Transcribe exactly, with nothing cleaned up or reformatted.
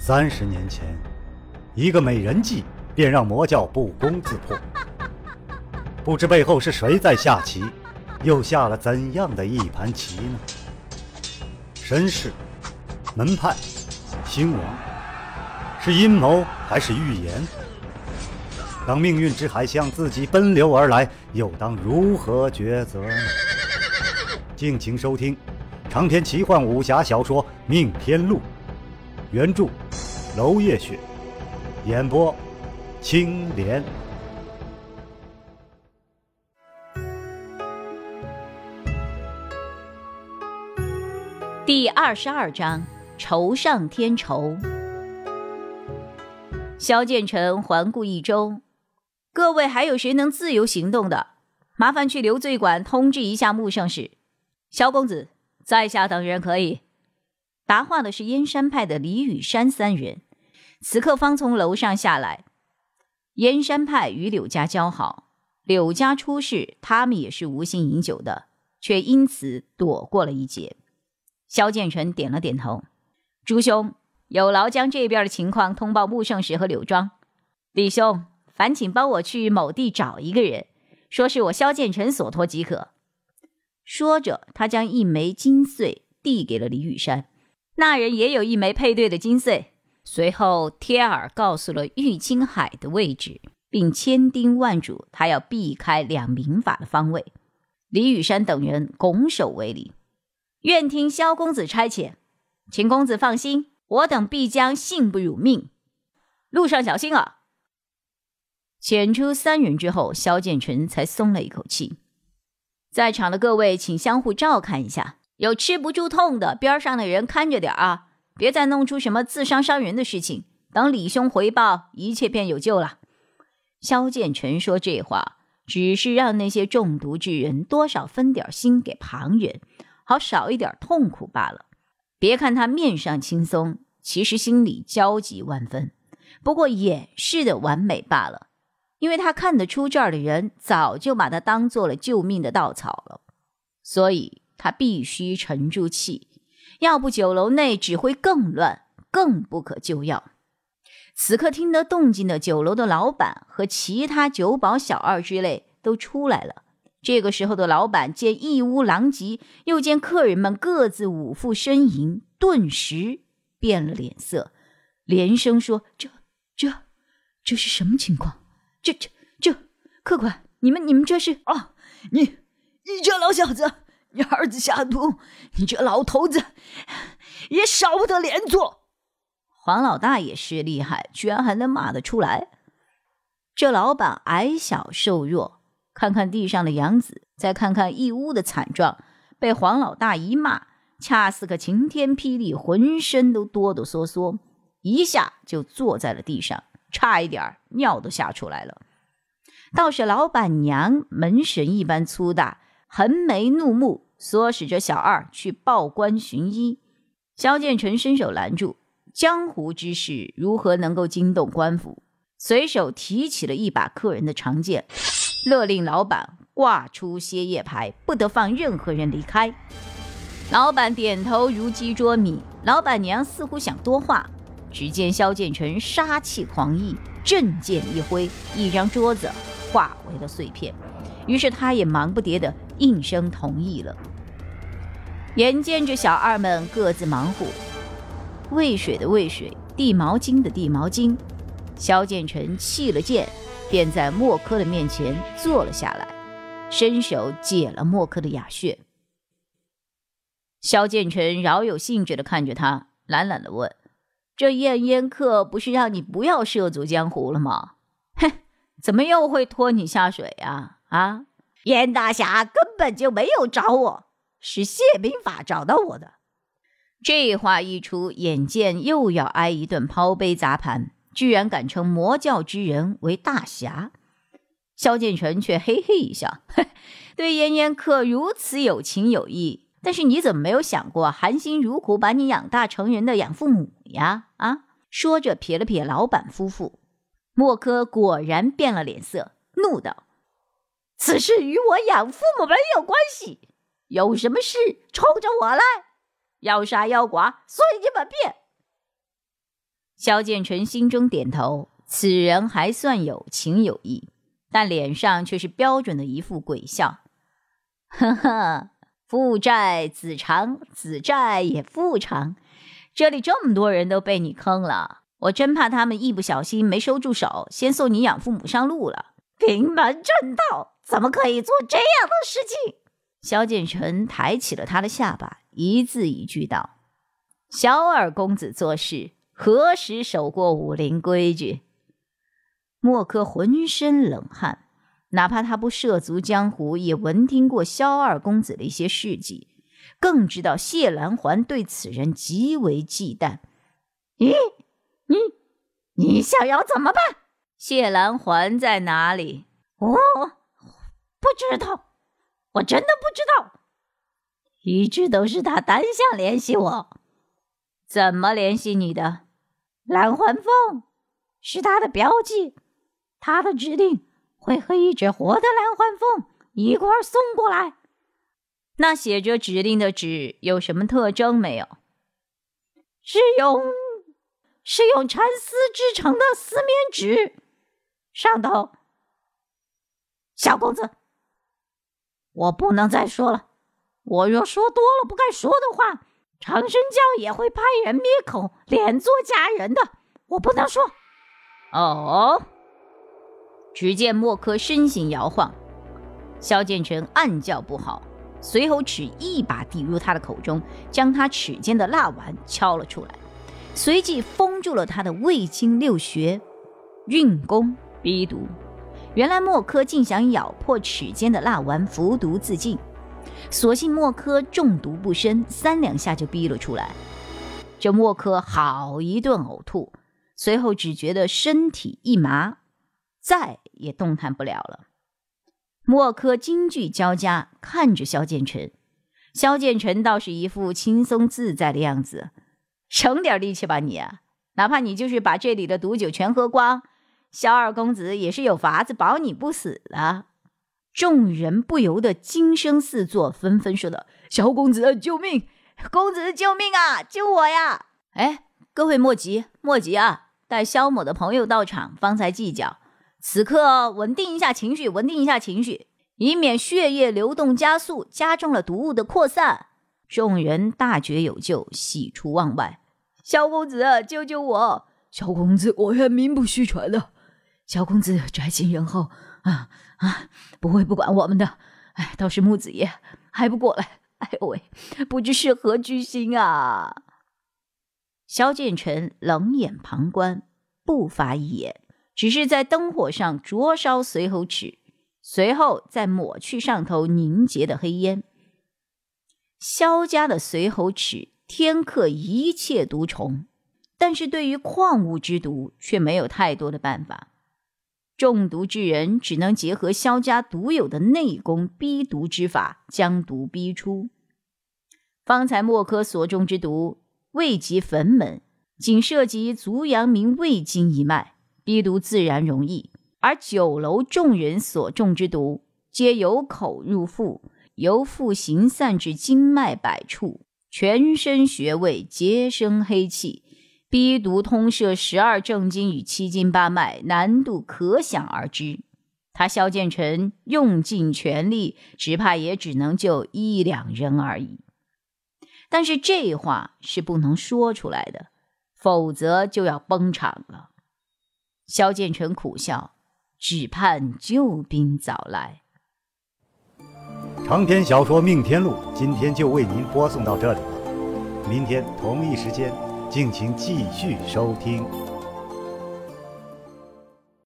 三十年前，一个美人计便让魔教不攻自破。不知背后是谁在下棋，又下了怎样的一盘棋呢？身世、门派、兴亡，是阴谋还是预言？当命运之海向自己奔流而来，又当如何抉择呢？敬请收听长篇奇幻武侠小说《命天录》，原著娄烨雪，演播青莲。 第二十二章，仇上添仇。萧剑尘环顾一周，各位还有谁能自由行动的，麻烦去留醉馆通知一下穆圣使。萧公子，在下等人可以。答话的是燕山派的李雨山三人，此刻方从楼上下来。燕山派与柳家交好，柳家出事，他们也是无心饮酒的，却因此躲过了一劫。萧剑尘点了点头，朱兄，有劳将这边的情况通报穆圣使和柳庄。李兄，烦请帮我去某地找一个人，说是我萧剑尘所托即可。说着，他将一枚金穗递给了李雨山，那人也有一枚配对的金穗。随后贴耳告诉了玉清海的位置，并千叮万嘱他要避开两民法的方位。李雨山等人拱手为礼，愿听萧公子差遣，请公子放心，我等必将信不辱命，路上小心啊。遣出三人之后，萧剑尘才松了一口气。在场的各位请相互照看一下，有吃不住痛的，边上的人看着点啊，别再弄出什么自伤伤人的事情，等李兄回报，一切便有救了。萧剑尘说这话，只是让那些中毒之人多少分点心给旁人，好少一点痛苦罢了。别看他面上轻松，其实心里焦急万分，不过掩饰的完美罢了，因为他看得出这儿的人早就把他当做了救命的稻草了，所以他必须沉住气，要不酒楼内只会更乱，更不可救药。此刻听得动静的酒楼的老板和其他酒保小二之类都出来了。这个时候的老板见一屋狼藉，又见客人们各自五腹呻吟，顿时变了脸色，连声说：这这这是什么情况？这这这客官，你们你们这是啊！你你这老小子，你儿子下毒，你这老头子也少不得连坐。 黄老大也是厉害，居然还能骂得出来。这老板矮小瘦弱，看看地上的杨子，再看看义乌的惨状，被黄老大一骂，恰似个晴天霹雳，浑身都哆哆嗦嗦，一下就坐在了地上，差一点尿都吓出来了。倒是老板娘门神一般粗大，横眉怒目，唆使着小二去报官寻医。萧剑尘伸手拦住，江湖之事如何能够惊动官府？随手提起了一把客人的长剑，勒令老板挂出歇业牌，不得放任何人离开。老板点头如鸡啄米，老板娘似乎想多话，只见萧剑尘杀气狂溢，振剑一挥，一张桌子化为了碎片，于是他也忙不迭地应声同意了。眼见着小二们各自忙活，喂水的喂水，递毛巾的递毛巾，萧剑尘弃了剑，便在墨柯的面前坐了下来，伸手解了墨柯的哑穴。萧剑尘饶有兴致地看着他，懒懒地问：这燕燕客不是让你不要涉足江湖了吗？哼，怎么又会拖你下水啊？啊，燕大侠根本就没有找我，是谢明法找到我的。这话一出，眼见又要挨一顿抛杯砸盘，居然敢称魔教之人为大侠。萧剑尘却嘿嘿一笑，对燕燕客如此有情有义，但是你怎么没有想过含辛茹苦把你养大成人的养父母呀？啊！说着瞥了瞥老板夫妇，墨柯果然变了脸色，怒道：此事与我养父母没有关系，有什么事冲着我来，要杀要剐随你们便。 萧剑尘心中点头，此人还算有情有义，但脸上却是标准的一副鬼笑。呵呵，父债子偿，子债也父偿。这里这么多人都被你坑了，我真怕他们一不小心没收住手，先送你养父母上路了。 平门正道，怎么可以做这样的事情？ 萧剑尘抬起了他的下巴，一字一句道：萧二公子做事何时守过武林规矩？莫柯浑身冷汗，哪怕他不涉足江湖，也闻听过萧二公子的一些事迹，更知道谢兰环对此人极为忌惮。 你你你想要怎么办？ 谢兰环在哪里？ 我不知道，我真的不知道。一直都是他单向联系我。 怎么联系你的？ 蓝环凤是他的标记，他的指令会和一只活的蓝环凤一块送过来。 那写着指令的纸有什么特征没有？ 是用是用蚕丝制成的丝面纸，上头。小公子，我不能再说了，我若说多了不该说的话，长生教也会派人灭口，连坐家人的，我不能说。 哦。只见莫柯身形摇晃，萧剑尘暗叫不好，随后齿一把递入他的口中，将他齿间的蜡丸敲了出来，随即封住了他的胃经六穴，运功逼毒。原来莫柯竟想咬破齿间的蜡丸服毒自尽，所幸莫柯中毒不深，三两下就逼了出来。这莫柯好一顿呕吐，随后只觉得身体一麻，再也动弹不了了。莫柯惊惧交加，看着萧剑尘。萧剑尘倒是一副轻松自在的样子，省点力气吧你啊，哪怕你就是把这里的毒酒全喝光，萧二公子也是有法子保你不死的。众人不由得惊声四作，纷纷说道：萧公子救命，公子救命啊，救我呀！哎，各位莫急莫急啊，待萧某的朋友到场方才计较，此刻稳定一下情绪，稳定一下情绪，以免血液流动加速，加重了毒物的扩散。众人大觉有救，喜出望外。萧公子救救我！ 萧公子果然名不虚传的，萧公子宅心仁厚啊啊，不会不管我们的。哎，倒是木子爷还不过来，哎呦喂，不知是何居心啊！ 萧剑尘冷眼旁观，不发一言，只是在灯火上灼烧随后齿，随后再抹去上头凝结的黑烟。萧家的随侯齿天克一切毒虫，但是对于矿物之毒却没有太多的办法。中毒之人只能结合萧家独有的内功逼毒之法，将毒逼出。方才莫柯所中之毒未及坟门，仅涉及足阳明胃经一脉，逼毒自然容易。而酒楼众人所中之毒，皆由口入腹，由腹行散至经脉百处，全身穴位皆生黑气，逼毒通摄十二正经与七经八脉，难度可想而知。他萧剑尘用尽全力，只怕也只能救一两人而已。但是这话是不能说出来的，否则就要崩场了。萧剑尘苦笑，只盼救兵早来。 长篇小说《命天录》今天就为您播送到这里了，明天同一时间敬请继续收听。